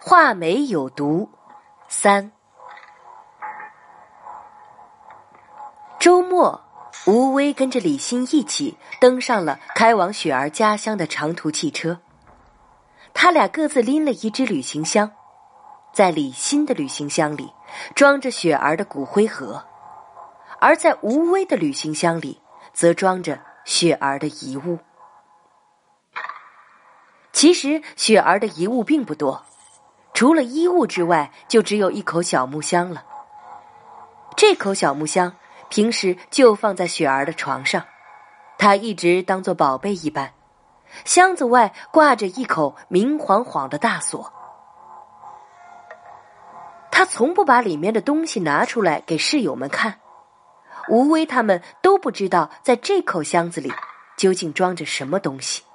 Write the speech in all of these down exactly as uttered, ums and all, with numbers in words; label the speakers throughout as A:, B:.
A: 画眉有毒三。周末，吴威跟着李欣一起登上了开往雪儿家乡的长途汽车。他俩各自拎了一只旅行箱，在李欣的旅行箱里装着雪儿的骨灰盒，而在吴威的旅行箱里则装着雪儿的遗物。其实雪儿的遗物并不多，除了衣物之外，就只有一口小木箱了。这口小木箱平时就放在雪儿的床上，她一直当作宝贝一般。箱子外挂着一口明晃晃的大锁，她从不把里面的东西拿出来给室友们看。吴威他们都不知道在这口箱子里究竟装着什么东西。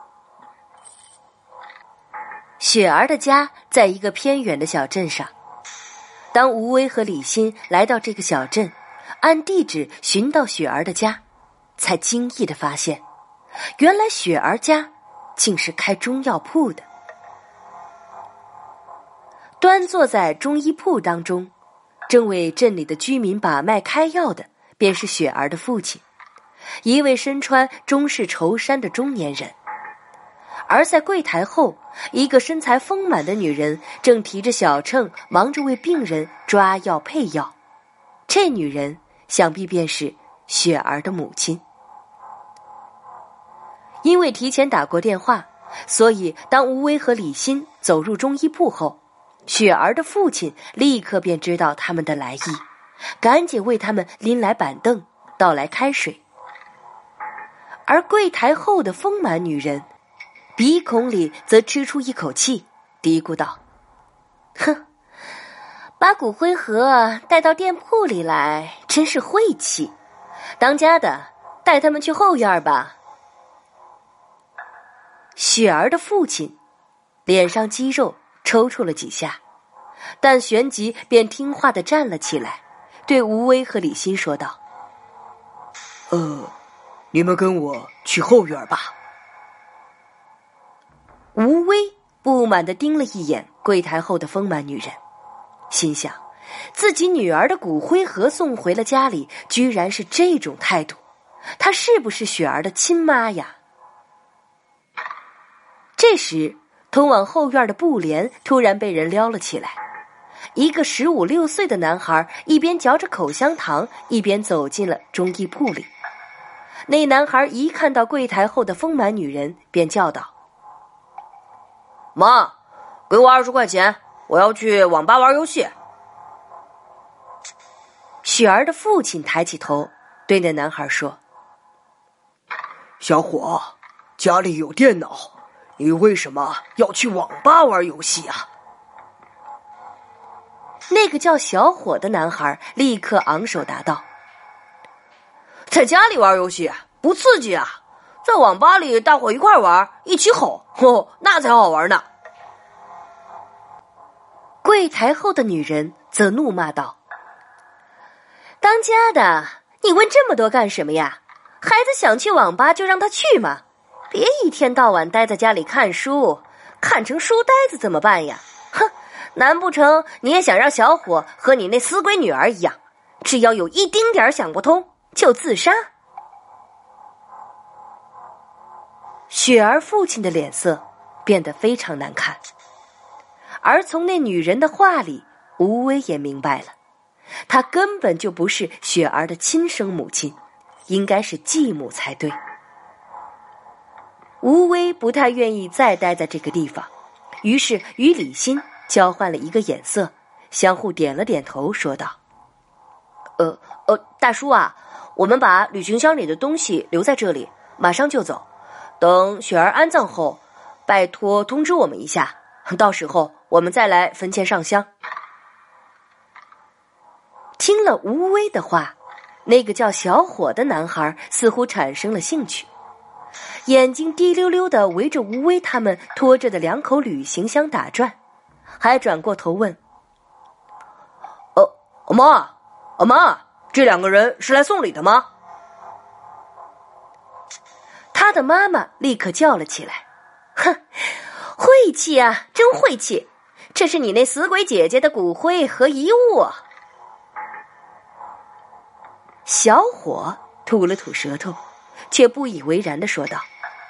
A: 雪儿的家在一个偏远的小镇上。当吴威和李欣来到这个小镇，按地址寻到雪儿的家，才惊异地发现，原来雪儿家竟是开中药铺的。端坐在中医铺当中，正为镇里的居民把脉开药的，便是雪儿的父亲，一位身穿中式绸衫的中年人。而在柜台后，一个身材丰满的女人正提着小秤，忙着为病人抓药配药。这女人想必便是雪儿的母亲。因为提前打过电话，所以当吴威和李欣走入中医铺后，雪儿的父亲立刻便知道他们的来意，赶紧为他们拎来板凳，倒来开水。而柜台后的丰满女人鼻孔里则吃出一口气，嘀咕道：哼，把骨灰盒带到店铺里来，真是晦气。当家的，带他们去后院吧。雪儿的父亲脸上肌肉抽搐了几下，但旋即便听话地站了起来，对吴威和李欣说道：
B: 呃，你们跟我去后院吧。
A: 吴威不满地盯了一眼柜台后的丰满女人，心想自己女儿的骨灰盒送回了家里，居然是这种态度，她是不是雪儿的亲妈呀？这时通往后院的布帘突然被人撩了起来，一个十五六岁的男孩一边嚼着口香糖，一边走进了中医铺里。那男孩一看到柜台后的丰满女人，便叫道：
C: 妈，给我二十块钱，我要去网吧玩游戏。
A: 雪儿的父亲抬起头对那男孩说：
B: 小伙，家里有电脑，你为什么要去网吧玩游戏啊？
A: 那个叫小伙的男孩立刻昂首答道：
C: 在家里玩游戏不刺激啊，在网吧里大伙一块玩，一起吼，哦，那才好玩呢。
A: 柜台后的女人则怒骂道：当家的，你问这么多干什么呀？孩子想去网吧就让他去嘛，别一天到晚待在家里看书，看成书呆子怎么办呀？哼，难不成你也想让小伙和你那死鬼女儿一样，只要有一丁点想不通就自杀？雪儿父亲的脸色变得非常难看，而从那女人的话里，吴威也明白了，她根本就不是雪儿的亲生母亲，应该是继母才对。吴威不太愿意再待在这个地方，于是与李欣交换了一个眼色，相互点了点头，说道：呃呃，大叔啊，我们把旅行箱里的东西留在这里，马上就走。等雪儿安葬后，拜托通知我们一下，到时候我们再来坟前上香。听了吴威的话，那个叫小伙的男孩似乎产生了兴趣，眼睛滴溜溜地围着吴威他们拖着的两口旅行箱打转，还转过头问：
C: 呃，妈，啊妈，这两个人是来送礼的吗？
A: 他的妈妈立刻叫了起来：哼，晦气啊，真晦气！ 这是你那死鬼姐姐的骨灰和遗物啊。小伙吐了吐舌头，却不以为然地说道：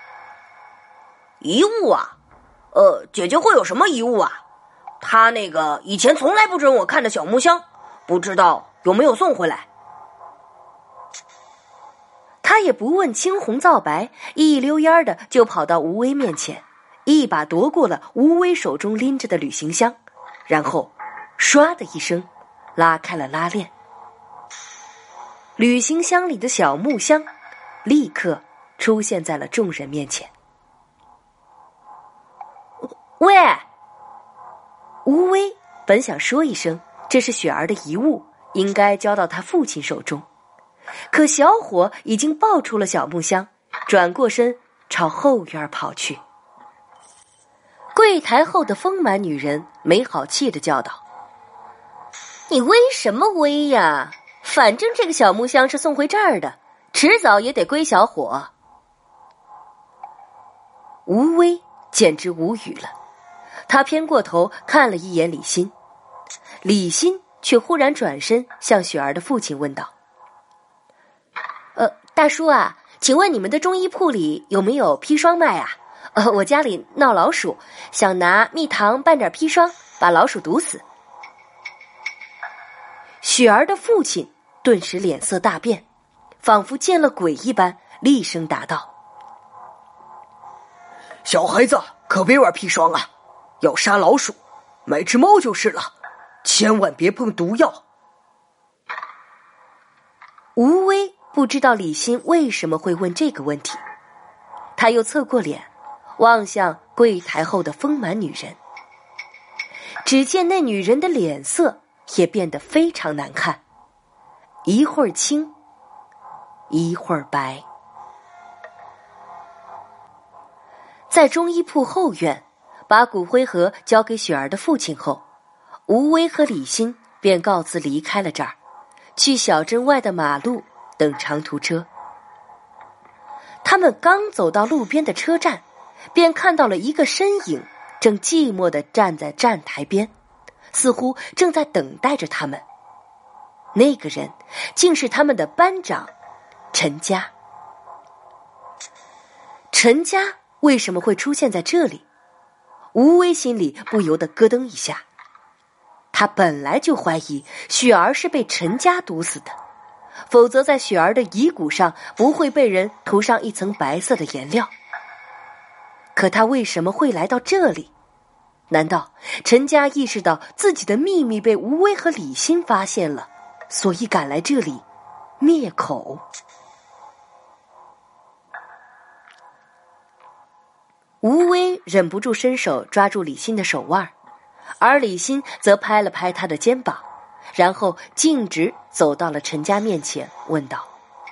C: 遗物啊？呃，姐姐会有什么遗物啊？她那个以前从来不准我看的小木箱，不知道有没有送回来。
A: 他也不问青红皂白，一溜烟的就跑到吴威面前，一把夺过了吴威手中拎着的旅行箱，然后唰的一声拉开了拉链。旅行箱里的小木箱立刻出现在了众人面前。
C: 喂！
A: 吴威本想说一声这是雪儿的遗物，应该交到他父亲手中，可小伙已经抱出了小木箱，转过身朝后院跑去。柜台后的丰满女人没好气地叫道：你威什么威呀？反正这个小木箱是送回这儿的，迟早也得归小伙。吴威简直无语了，他偏过头看了一眼李欣，李欣却忽然转身向雪儿的父亲问道：呃，大叔啊，请问你们的中医铺里有没有砒霜卖啊？呃，我家里闹老鼠，想拿蜜糖拌点砒霜，把老鼠毒死。雪儿的父亲顿时脸色大变，仿佛见了鬼一般，厉声答道：
B: 小孩子可别玩砒霜啊，要杀老鼠买只猫就是了，千万别碰毒药。
A: 吴威不知道李欣为什么会问这个问题，他又侧过脸望向柜台后的丰满女人，只见那女人的脸色也变得非常难看，一会儿青，一会儿白。在中医铺后院把骨灰盒交给雪儿的父亲后，吴威和李欣便告辞离开了这儿，去小镇外的马路等长途车。他们刚走到路边的车站，便看到了一个身影正寂寞地站在站台边，似乎正在等待着他们。那个人竟是他们的班长陈家。陈家为什么会出现在这里？吴威心里不由得咯噔一下。他本来就怀疑雪儿是被陈家毒死的，否则在雪儿的遗骨上不会被人涂上一层白色的颜料。可他为什么会来到这里？难道陈家意识到自己的秘密被吴威和李欣发现了，所以赶来这里灭口？吴威忍不住伸手抓住李欣的手腕，而李欣则拍了拍他的肩膀，然后径直走到了陈家面前，问道：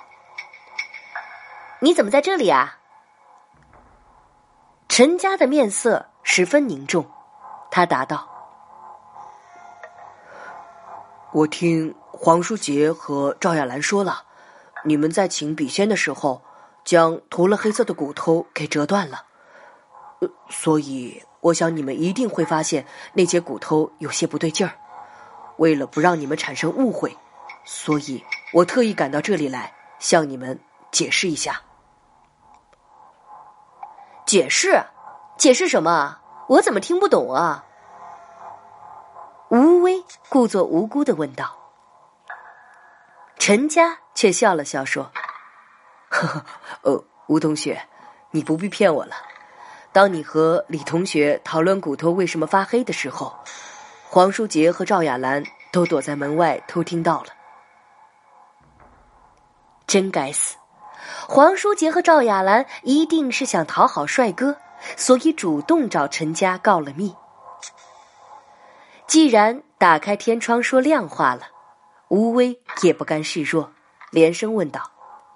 A: 你怎么在这里啊？陈家的面色十分凝重，他答道：
B: 我听黄书杰和赵亚兰说了，你们在请笔仙的时候将涂了黑色的骨头给折断了，呃，所以我想你们一定会发现那节骨头有些不对劲儿。为了不让你们产生误会，所以我特意赶到这里来向你们解释一下。
A: 解释？解释什么？我怎么听不懂啊？吴威故作无辜地问道。陈家却笑了笑说：
B: 呵呵，呃，吴同学，你不必骗我了。当你和李同学讨论骨头为什么发黑的时候，黄书杰和赵亚兰都躲在门外偷听到了。
A: 真该死，黄书杰和赵亚兰一定是想讨好帅哥，所以主动找陈家告了密。既然打开天窗说亮话了，吴威也不甘示弱，连声问道：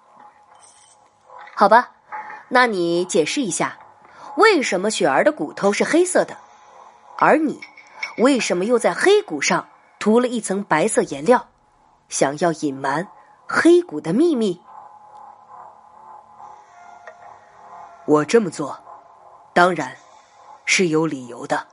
A: 好吧，那你解释一下，为什么雪儿的骨头是黑色的，而你为什么又在黑骨上涂了一层白色颜料，想要隐瞒黑骨的秘密？
B: 我这么做当然是有理由的。